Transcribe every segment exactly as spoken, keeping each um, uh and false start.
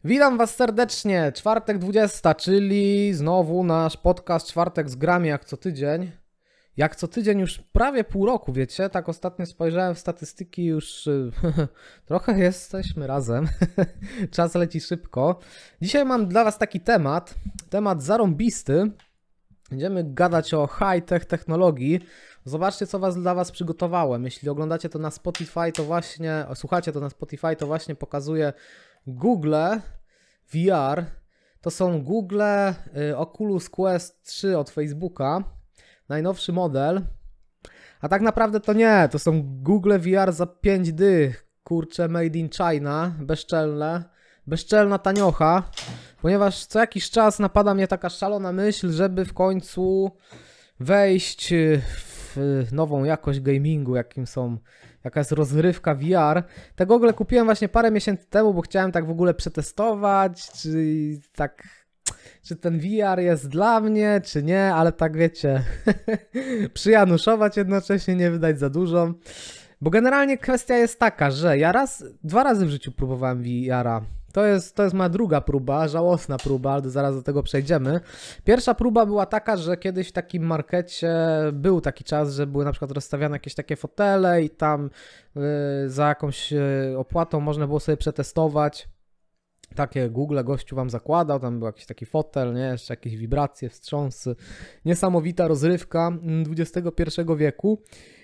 Witam Was serdecznie, czwartek dwudziesty, czyli znowu nasz podcast Czwartek z grami jak co tydzień. Jak co tydzień już prawie pół roku, wiecie, tak ostatnio spojrzałem w statystyki, już trochę jesteśmy razem, czas leci szybko. Dzisiaj mam dla Was taki temat, temat zarąbisty. Będziemy gadać o high-tech technologii. Zobaczcie, co was, dla Was przygotowałem. Jeśli oglądacie to na Spotify, to właśnie, słuchacie to na Spotify, to właśnie pokazuję Google V R. To są Google y, Oculus Quest trzy od Facebooka. Najnowszy model. A tak naprawdę to nie, to są Google V R za pięć dych. Kurczę, made in China, bezczelne. Bezczelna taniocha. Ponieważ co jakiś czas napada mnie taka szalona myśl, żeby w końcu wejść w nową jakość gamingu, jakim są, jaka jest rozrywka V R. Te gogle kupiłem właśnie parę miesięcy temu, bo chciałem tak w ogóle przetestować, czy tak, czy ten V R jest dla mnie, czy nie, ale tak wiecie, przyjanuszować jednocześnie, nie wydać za dużo. Bo generalnie kwestia jest taka, że ja raz, dwa razy w życiu próbowałem V R-a. To jest, to jest moja druga próba, żałosna próba, ale zaraz do tego przejdziemy. Pierwsza próba była taka, że kiedyś w takim markecie był taki czas, że były na przykład rozstawiane jakieś takie fotele i tam yy, za jakąś yy, opłatą można było sobie przetestować. Takie Google gościu wam zakładał, tam był jakiś taki fotel, nie? Jeszcze jakieś wibracje, wstrząsy. Niesamowita rozrywka dwudziestego pierwszego wieku.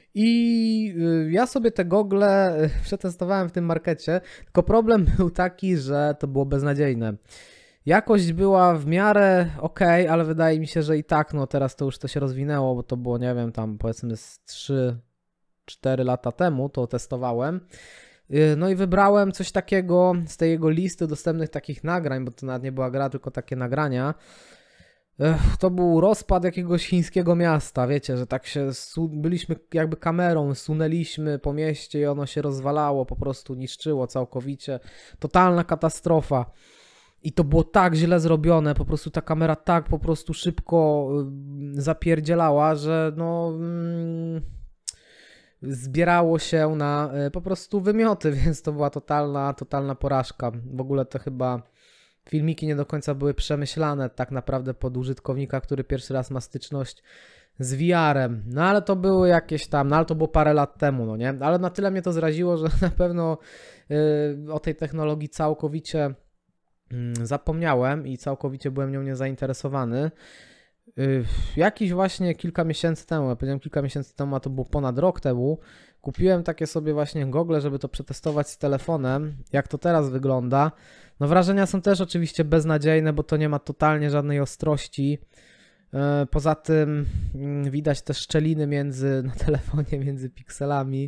I ja sobie te gogle przetestowałem w tym markecie, tylko problem był taki, że to było beznadziejne. Jakość była w miarę ok, ale wydaje mi się, że i tak, no teraz to już to się rozwinęło, bo to było, nie wiem, tam powiedzmy z trzy cztery lata temu to testowałem. No i wybrałem coś takiego z tej jego listy dostępnych takich nagrań, bo to nawet nie była gra, tylko takie nagrania. Ech, to był rozpad jakiegoś chińskiego miasta, wiecie, że tak się, byliśmy jakby kamerą, sunęliśmy po mieście i ono się rozwalało, po prostu niszczyło całkowicie, totalna katastrofa. I to było tak źle zrobione, po prostu ta kamera tak po prostu szybko y, zapierdzielała, że no mm, zbierało się na y, po prostu wymioty, więc to była totalna, totalna porażka. W ogóle to chyba filmiki nie do końca były przemyślane tak naprawdę pod użytkownika, który pierwszy raz ma styczność z V R-em. No ale to były jakieś tam, no ale to było parę lat temu, no nie? Ale na tyle mnie to zraziło, że na pewno yy, o tej technologii całkowicie yy, zapomniałem i całkowicie byłem nią niezainteresowany. Yy, jakiś właśnie kilka miesięcy temu, ja powiedziałem kilka miesięcy temu, a to było ponad rok temu, kupiłem takie sobie właśnie gogle, żeby to przetestować z telefonem, jak to teraz wygląda. No wrażenia są też oczywiście beznadziejne, bo to nie ma totalnie żadnej ostrości. Poza tym widać te szczeliny między, na telefonie między pikselami.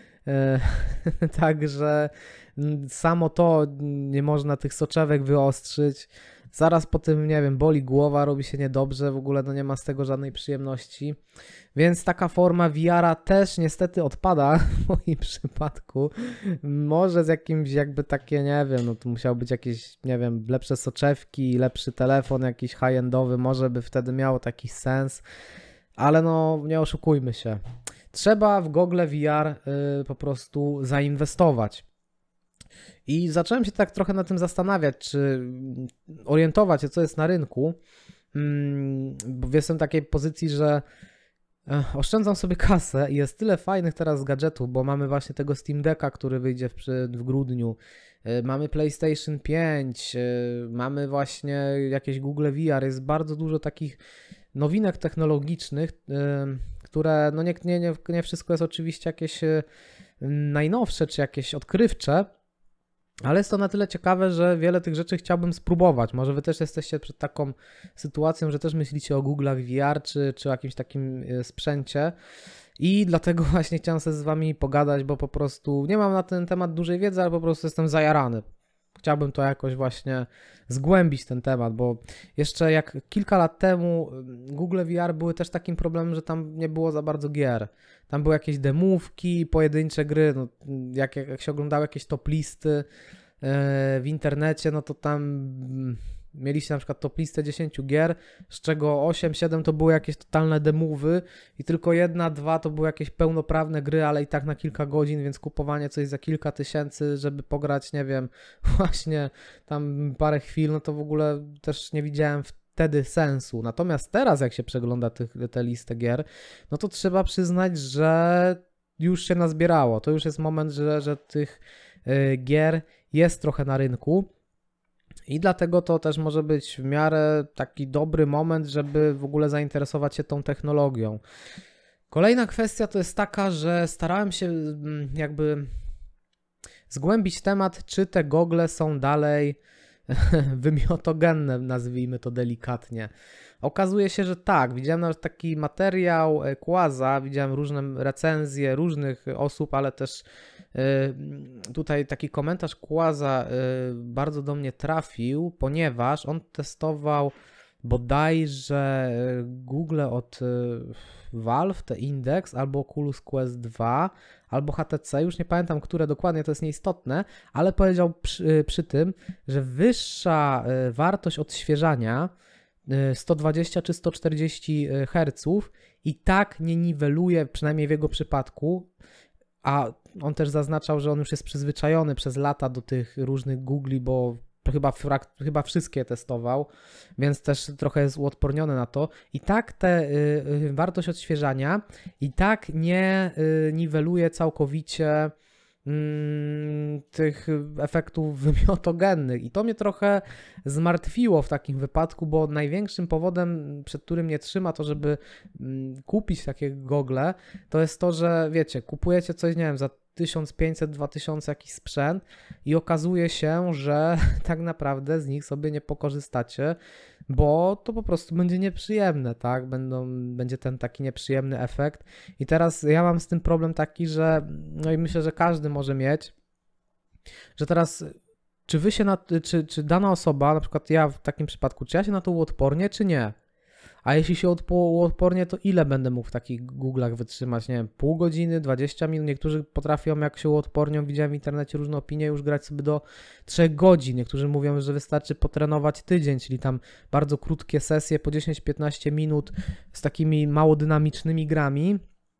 Także samo to nie można tych soczewek wyostrzyć. Zaraz po tym, nie wiem, boli głowa, robi się niedobrze, w ogóle no nie ma z tego żadnej przyjemności. Więc taka forma V R-a też niestety odpada w moim przypadku. Może z jakimś jakby takie, nie wiem, no to musiały być jakieś, nie wiem, lepsze soczewki, lepszy telefon jakiś high-endowy, może by wtedy miało taki sens. Ale no nie oszukujmy się. Trzeba w gogle V R y, po prostu zainwestować. I zacząłem się tak trochę na tym zastanawiać, czy orientować się, co jest na rynku, bo jestem w takiej pozycji, że oszczędzam sobie kasę i jest tyle fajnych teraz gadżetów, bo mamy właśnie tego Steam Decka, który wyjdzie w, w grudniu, mamy PlayStation pięć, mamy właśnie jakieś Google V R, jest bardzo dużo takich nowinek technologicznych, które no nie, nie, nie wszystko jest oczywiście jakieś najnowsze czy jakieś odkrywcze, ale jest to na tyle ciekawe, że wiele tych rzeczy chciałbym spróbować. Może wy też jesteście przed taką sytuacją, że też myślicie o Google'ach V R czy, czy o jakimś takim sprzęcie i dlatego właśnie chciałem sobie z wami pogadać, bo po prostu nie mam na ten temat dużej wiedzy, ale po prostu jestem zajarany. Chciałbym to jakoś właśnie zgłębić ten temat, bo jeszcze jak kilka lat temu Google V R były też takim problemem, że tam nie było za bardzo gier. Tam były jakieś demówki, pojedyncze gry, no, jak, jak się oglądały jakieś top listy w internecie, no to tam mieliście na przykład top listę dziesięciu gier, z czego osiem siedem to były jakieś totalne demowy i tylko jedna, dwa to były jakieś pełnoprawne gry, ale i tak na kilka godzin, więc kupowanie coś za kilka tysięcy, żeby pograć, nie wiem, właśnie tam parę chwil, no to w ogóle też nie widziałem wtedy sensu. Natomiast teraz, jak się przegląda tych, tę listę gier, no to trzeba przyznać, że już się nazbierało. To już jest moment, że, że tych y, gier jest trochę na rynku i dlatego to też może być w miarę taki dobry moment, żeby w ogóle zainteresować się tą technologią. Kolejna kwestia to jest taka, że starałem się mm, jakby zgłębić temat, czy te gogle są dalej wymiotogenne, nazwijmy to delikatnie. Okazuje się, że tak. Widziałem nawet taki materiał Quaza, widziałem różne recenzje różnych osób, ale też y, tutaj taki komentarz Quaza y, bardzo do mnie trafił, ponieważ on testował bodajże Google od y, Valve, te Index, albo Oculus Quest dwa, albo H T C, już nie pamiętam, które dokładnie, to jest nieistotne, ale powiedział przy, przy tym, że wyższa y, wartość odświeżania sto dwadzieścia czy sto czterdzieści herców i tak nie niweluje, przynajmniej w jego przypadku, a on też zaznaczał, że on już jest przyzwyczajony przez lata do tych różnych Googli, bo chyba, chyba wszystkie testował, więc też trochę jest uodporniony na to. I tak te y, wartość odświeżania i tak nie y, niweluje całkowicie tych efektów wymiotogennych i to mnie trochę zmartwiło w takim wypadku, bo największym powodem, przed którym mnie trzyma to, żeby kupić takie gogle, to jest to, że wiecie, kupujecie coś, nie wiem, za tysiąc pięćset, dwa tysiące jakiś sprzęt i okazuje się, że tak naprawdę z nich sobie nie pokorzystacie, bo to po prostu będzie nieprzyjemne, tak? Będą, będzie ten taki nieprzyjemny efekt. I teraz ja mam z tym problem taki, że no i myślę, że każdy może mieć, że teraz czy wy się na, czy, czy dana osoba, na przykład ja w takim przypadku, czy ja się na to uodpornię, czy nie? A jeśli się uodpornię, to ile będę mógł w takich Google'ach wytrzymać? Nie wiem, pół godziny, dwadzieścia minut. Niektórzy potrafią, jak się uodpornią, widziałem w internecie różne opinie, już grać sobie do trzech godzin. Niektórzy mówią, że wystarczy potrenować tydzień, czyli tam bardzo krótkie sesje po dziesięć piętnaście minut z takimi mało dynamicznymi grami.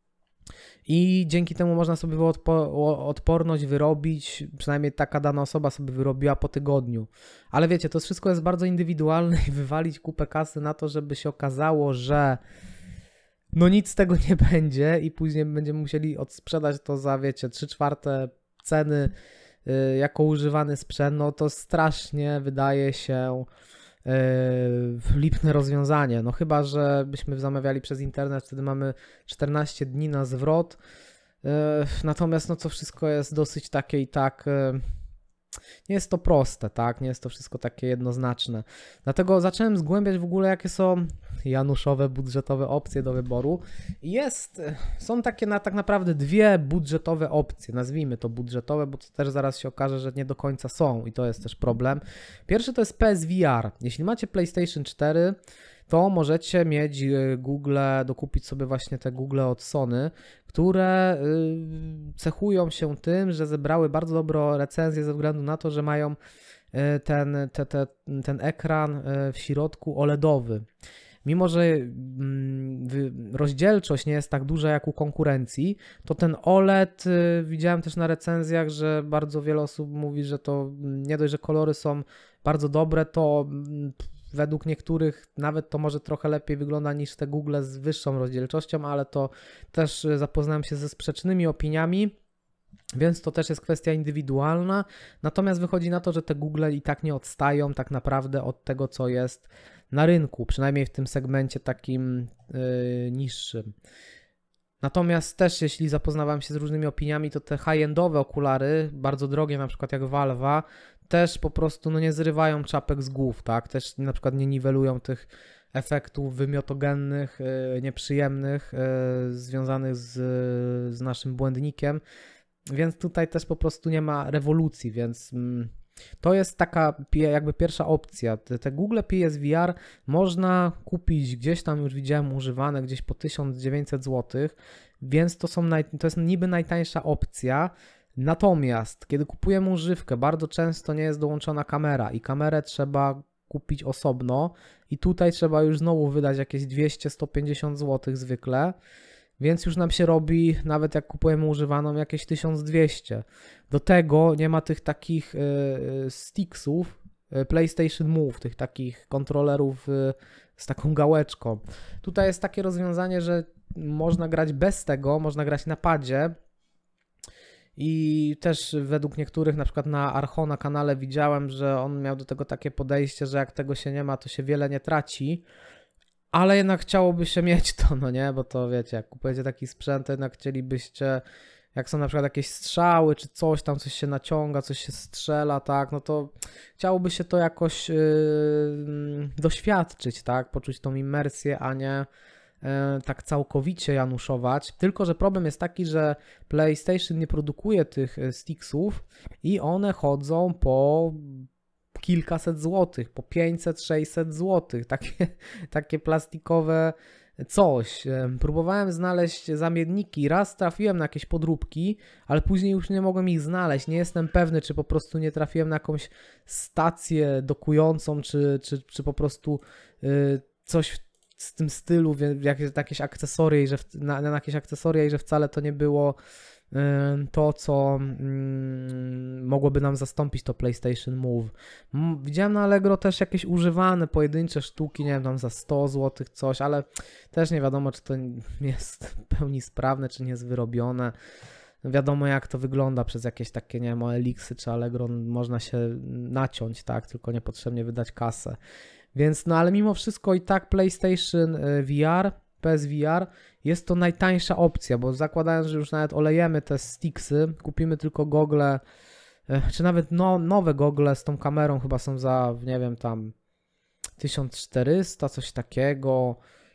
I dzięki temu można sobie odporność wyrobić, przynajmniej taka dana osoba sobie wyrobiła po tygodniu. Ale wiecie, to wszystko jest bardzo indywidualne i wywalić kupę kasy na to, żeby się okazało, że no nic z tego nie będzie i później będziemy musieli odsprzedać to za, wiecie, trzy czwarte ceny yy, jako używany sprzęt, no to strasznie wydaje się Yy, lipne rozwiązanie, no chyba, że byśmy zamawiali przez internet, wtedy mamy czternaście dni na zwrot, yy, natomiast no to wszystko jest dosyć takie i tak, yy, nie jest to proste, tak, nie jest to wszystko takie jednoznaczne, dlatego zacząłem zgłębiać w ogóle, jakie są januszowe, budżetowe opcje do wyboru. Jest, są takie na, tak naprawdę dwie budżetowe opcje, nazwijmy to budżetowe, bo to też zaraz się okaże, że nie do końca są i to jest też problem. Pierwszy to jest P S V R. Jeśli macie PlayStation cztery, to możecie mieć Google, dokupić sobie właśnie te Google od Sony, które cechują się tym, że zebrały bardzo dobrą recenzję ze względu na to, że mają ten, te, te, ten ekran w środku O L E D owy. Mimo że rozdzielczość nie jest tak duża jak u konkurencji, to ten O L E D, widziałem też na recenzjach, że bardzo wiele osób mówi, że to nie dość, że kolory są bardzo dobre, to według niektórych nawet to może trochę lepiej wygląda niż te Google z wyższą rozdzielczością, ale to też zapoznałem się ze sprzecznymi opiniami, więc to też jest kwestia indywidualna. Natomiast wychodzi na to, że te Google i tak nie odstają tak naprawdę od tego, co jest na rynku, przynajmniej w tym segmencie takim yy, niższym. Natomiast też jeśli zapoznawałem się z różnymi opiniami, to te high-endowe okulary, bardzo drogie, na przykład jak Valve'a, też po prostu no, nie zrywają czapek z głów, tak? Też na przykład nie niwelują tych efektów wymiotogennych, yy, nieprzyjemnych, yy, związanych z, z naszym błędnikiem, więc tutaj też po prostu nie ma rewolucji, więc mm, to jest taka jakby pierwsza opcja. Te, te Google P S V R można kupić gdzieś tam, już widziałem używane gdzieś po tysiąc dziewięćset złotych, więc to, są naj, to jest niby najtańsza opcja. Natomiast kiedy kupujemy używkę, bardzo często nie jest dołączona kamera i kamerę trzeba kupić osobno i tutaj trzeba już znowu wydać jakieś dwieście do stu pięćdziesięciu złotych zwykle, więc już nam się robi, nawet jak kupujemy używaną, jakieś tysiąc dwieście. Do tego nie ma tych takich yy, sticksów, yy, PlayStation Move, tych takich kontrolerów yy, z taką gałeczką. Tutaj jest takie rozwiązanie, że można grać bez tego, można grać na padzie i też według niektórych, na przykład na Archo na kanale widziałem, że on miał do tego takie podejście, że jak tego się nie ma, to się wiele nie traci, ale jednak chciałoby się mieć to, no nie, bo to wiecie, jak kupujecie taki sprzęt, to jednak chcielibyście, jak są na przykład jakieś strzały, czy coś tam, coś się naciąga, coś się strzela, tak, no to chciałoby się to jakoś yy, doświadczyć, tak, poczuć tą imersję, a nie yy, tak całkowicie januszować, tylko że problem jest taki, że PlayStation nie produkuje tych sticksów i one chodzą po kilkaset złotych, po pięćset sześćset złotych, takie, takie plastikowe coś. Próbowałem znaleźć zamienniki, raz trafiłem na jakieś podróbki, ale później już nie mogłem ich znaleźć. Nie jestem pewny, czy po prostu nie trafiłem na jakąś stację dokującą, czy, czy, czy po prostu y, coś z tym stylu, jakieś, jakieś akcesoria, i że w, na, na jakieś akcesoria i że wcale to nie było to, co mm, mogłoby nam zastąpić to PlayStation Move. Widziałem na Allegro też jakieś używane pojedyncze sztuki, nie wiem, tam za sto złotych coś, ale też nie wiadomo, czy to jest w pełni sprawne, czy nie jest wyrobione. Wiadomo, jak to wygląda przez jakieś takie, nie wiem, O L X y czy Allegro, można się naciąć, tak, tylko niepotrzebnie wydać kasę. Więc, no ale mimo wszystko i tak PlayStation V R, P S V R jest to najtańsza opcja, bo zakładając, że już nawet olejemy te sticksy, kupimy tylko gogle, czy nawet no, nowe gogle z tą kamerą chyba są za, nie wiem, tam tysiąc czterysta, coś takiego,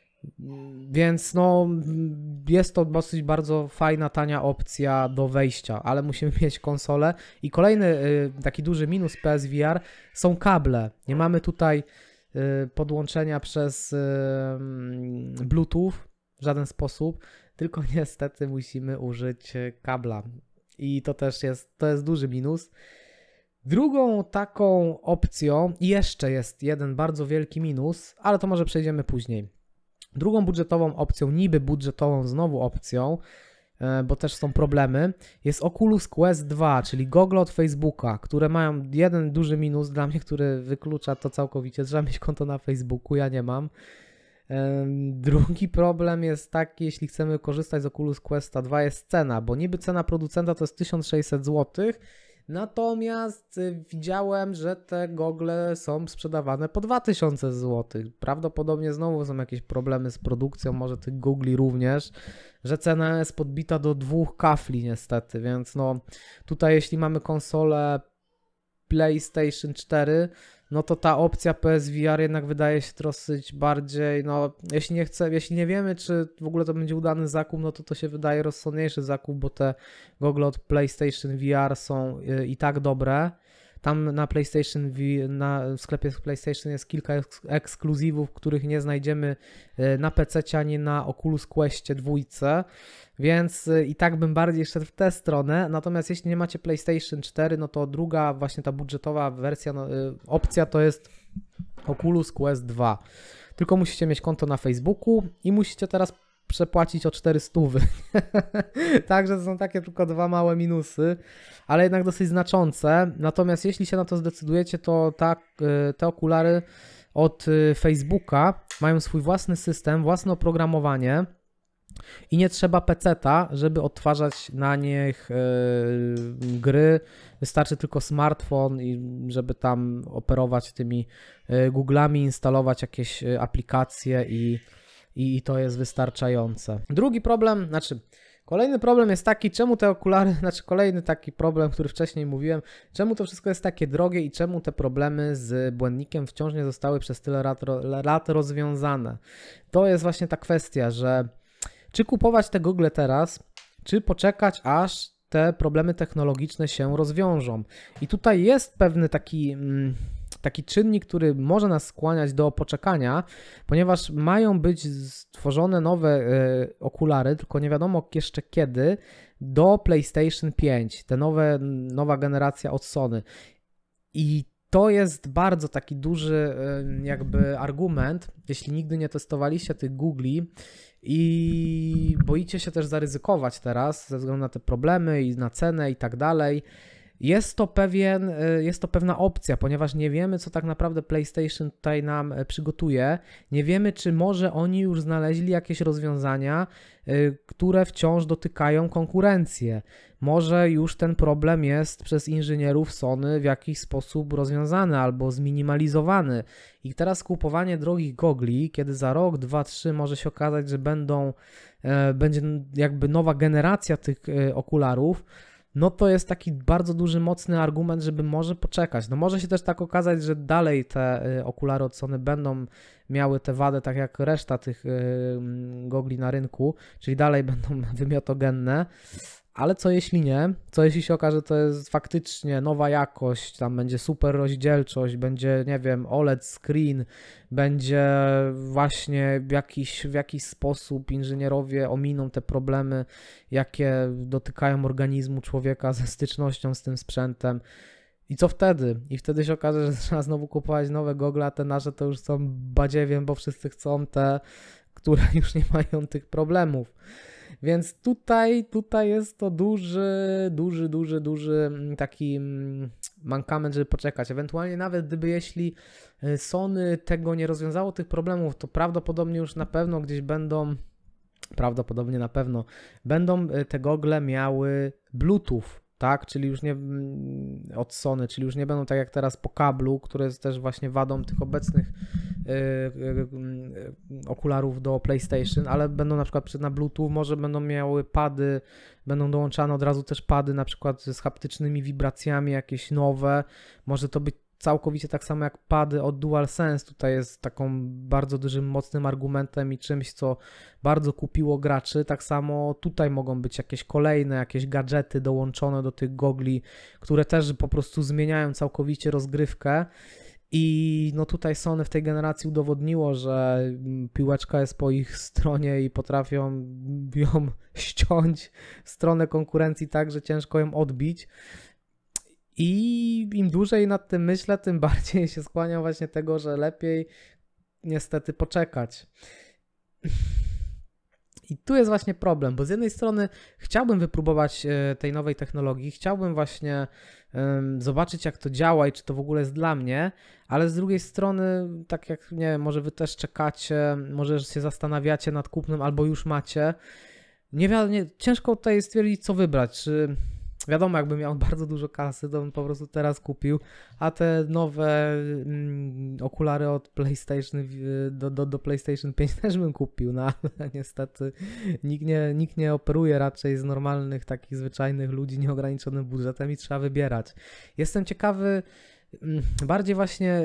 więc no jest to dosyć bardzo fajna, tania opcja do wejścia, ale musimy mieć konsolę. I kolejny taki duży minus P S V R są kable. Nie mamy tutaj podłączenia przez Bluetooth w żaden sposób, tylko niestety musimy użyć kabla i to też jest, to jest duży minus. Drugą taką opcją, i jeszcze jest jeden bardzo wielki minus, ale to może przejdziemy później. Drugą budżetową opcją, niby budżetową znowu opcją, bo też są problemy, jest Oculus Quest dwa, czyli gogle od Facebooka, które mają jeden duży minus dla mnie, który wyklucza to całkowicie. Trzeba mieć konto na Facebooku, ja nie mam. Drugi problem jest taki, jeśli chcemy korzystać z Oculus Questa dwa, jest cena, bo niby cena producenta to jest tysiąc sześćset złotych, natomiast widziałem, że te gogle są sprzedawane po dwa tysiące złotych. Prawdopodobnie znowu są jakieś problemy z produkcją, może tych gogli również, że cena jest podbita do dwóch kafli niestety, więc no tutaj jeśli mamy konsolę PlayStation cztery, no to ta opcja P S V R jednak wydaje się dosyć bardziej, no jeśli nie chce, jeśli nie wiemy, czy w ogóle to będzie udany zakup, no to to się wydaje rozsądniejszy zakup, bo te gogle od PlayStation V R są i tak dobre. Tam na PlayStation V, na w sklepie PlayStation jest kilka ekskluzywów, których nie znajdziemy na P C ani na Oculus Questie dwójce, więc i tak bym bardziej szedł w tę stronę. Natomiast jeśli nie macie PlayStation cztery, no to druga właśnie ta budżetowa wersja, no, opcja to jest Oculus Quest dwa. Tylko musicie mieć konto na Facebooku i musicie teraz przepłacić o czterysta. Także to są takie tylko dwa małe minusy, ale jednak dosyć znaczące. Natomiast jeśli się na to zdecydujecie, to ta, te okulary od Facebooka mają swój własny system, własne oprogramowanie i nie trzeba peceta, żeby odtwarzać na nich yy, gry. Wystarczy tylko smartfon, i żeby tam operować tymi yy, Google'ami, instalować jakieś yy, aplikacje i I to jest wystarczające. Drugi problem, znaczy kolejny problem jest taki, czemu te okulary, znaczy kolejny taki problem, który wcześniej mówiłem, czemu to wszystko jest takie drogie i czemu te problemy z błędnikiem wciąż nie zostały przez tyle lat, lat rozwiązane. To jest właśnie ta kwestia, że czy kupować te gogle teraz, czy poczekać, aż te problemy technologiczne się rozwiążą. I tutaj jest pewny taki... Mm, taki czynnik, który może nas skłaniać do poczekania, ponieważ mają być stworzone nowe y, okulary, tylko nie wiadomo jeszcze kiedy, do PlayStation pięć, te nowe, nowa generacja od Sony. I to jest bardzo taki duży jakby argument, jeśli nigdy nie testowaliście tych googli i boicie się też zaryzykować teraz ze względu na te problemy i na cenę i tak dalej. Jest to pewien, jest to pewna opcja, ponieważ nie wiemy, co tak naprawdę PlayStation tutaj nam przygotuje. Nie wiemy, czy może oni już znaleźli jakieś rozwiązania, które wciąż dotykają konkurencję. Może już ten problem jest przez inżynierów Sony w jakiś sposób rozwiązany albo zminimalizowany. I teraz kupowanie drogich gogli, kiedy za rok, dwa, trzy może się okazać, że będą, będzie jakby nowa generacja tych okularów, no to jest taki bardzo duży, mocny argument, żeby może poczekać. No może się też tak okazać, że dalej te okulary od Sony będą miały te wady, tak jak reszta tych gogli na rynku, czyli dalej będą wymiotogenne, ale co jeśli nie? Co jeśli się okaże, że to jest faktycznie nowa jakość, tam będzie super rozdzielczość, będzie, nie wiem, O L E D screen, będzie właśnie w jakiś, w jakiś sposób inżynierowie ominą te problemy, jakie dotykają organizmu człowieka ze stycznością z tym sprzętem. I co wtedy? I wtedy się okaże, że trzeba znowu kupować nowe gogle, a te nasze to już są badziewiem, bo wszyscy chcą te, które już nie mają tych problemów. Więc tutaj, tutaj jest to duży, duży, duży, duży taki mankament, żeby poczekać. Ewentualnie nawet gdyby jeśli Sony tego nie rozwiązało, tych problemów, to prawdopodobnie już na pewno gdzieś będą, prawdopodobnie na pewno, będą te gogle miały Bluetooth, tak, czyli już nie od Sony, czyli już nie będą tak jak teraz po kablu, które jest też właśnie wadą tych obecnych yy, yy, okularów do PlayStation, ale będą na przykład na Bluetooth, może będą miały pady, będą dołączane od razu też pady na przykład z haptycznymi wibracjami jakieś nowe, może to być całkowicie tak samo jak pady od DualSense, tutaj jest taką bardzo dużym, mocnym argumentem i czymś, co bardzo kupiło graczy. Tak samo tutaj mogą być jakieś kolejne, jakieś gadżety dołączone do tych gogli, które też po prostu zmieniają całkowicie rozgrywkę. I no tutaj Sony w tej generacji udowodniło, że piłeczka jest po ich stronie i potrafią ją ściąć w stronę konkurencji tak, że ciężko ją odbić. I im dłużej nad tym myślę, tym bardziej się skłaniam właśnie tego, że lepiej niestety poczekać. I tu jest właśnie problem, bo z jednej strony chciałbym wypróbować tej nowej technologii, chciałbym właśnie um, zobaczyć jak to działa i czy to w ogóle jest dla mnie, ale z drugiej strony, tak jak nie wiem, może wy też czekacie, może się zastanawiacie nad kupnem albo już macie, nie, nie, ciężko tutaj stwierdzić co wybrać, czy wiadomo, jakbym miał bardzo dużo kasy, to bym po prostu teraz kupił, a te nowe mm, okulary od PlayStation do, do, do PlayStation pięć też bym kupił, no ale niestety nikt nie, nikt nie operuje raczej z normalnych, takich zwyczajnych ludzi nieograniczonym budżetem i trzeba wybierać. Jestem ciekawy, bardziej właśnie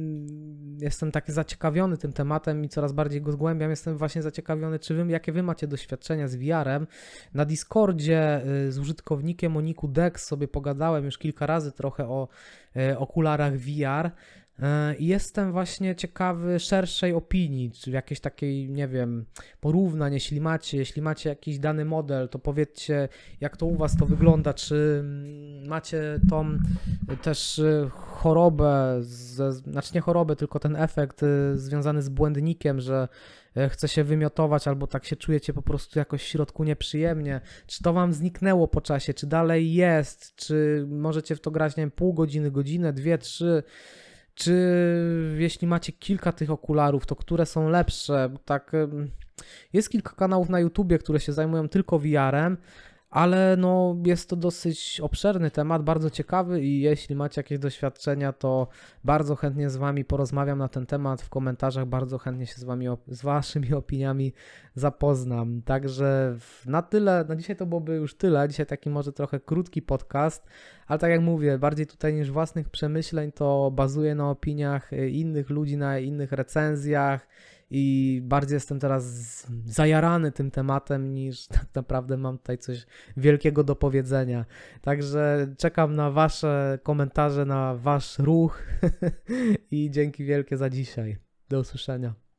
jestem taki zaciekawiony tym tematem i coraz bardziej go zgłębiam. Jestem właśnie zaciekawiony, czy wy, jakie wy macie doświadczenia z V R-em. Na Discordzie z użytkownikiem o nicku Dex sobie pogadałem już kilka razy trochę o okularach V R. I jestem właśnie ciekawy szerszej opinii, czy jakiejś takiej, nie wiem, porównań, jeśli macie, jeśli macie jakiś dany model, to powiedzcie, jak to u was to wygląda, czy macie tą też chorobę, ze, znaczy nie chorobę, tylko ten efekt związany z błędnikiem, że chce się wymiotować, albo tak się czujecie po prostu jakoś w środku nieprzyjemnie, czy to wam zniknęło po czasie, czy dalej jest, czy możecie w to grać, nie wiem, pół godziny, godzinę, dwie, trzy, czy jeśli macie kilka tych okularów, to które są lepsze? Tak, jest kilka kanałów na YouTubie, które się zajmują tylko V R-em, ale no jest to dosyć obszerny temat, bardzo ciekawy i jeśli macie jakieś doświadczenia, to bardzo chętnie z wami porozmawiam na ten temat w komentarzach, bardzo chętnie się z wami, z waszymi opiniami zapoznam. Także na tyle, na dzisiaj to byłoby już tyle, dzisiaj taki może trochę krótki podcast, ale tak jak mówię, bardziej tutaj niż własnych przemyśleń, to bazuje na opiniach innych ludzi, na innych recenzjach i bardziej jestem teraz zajarany tym tematem niż tak naprawdę mam tutaj coś wielkiego do powiedzenia. Także czekam na wasze komentarze, na wasz ruch i dzięki wielkie za dzisiaj. Do usłyszenia.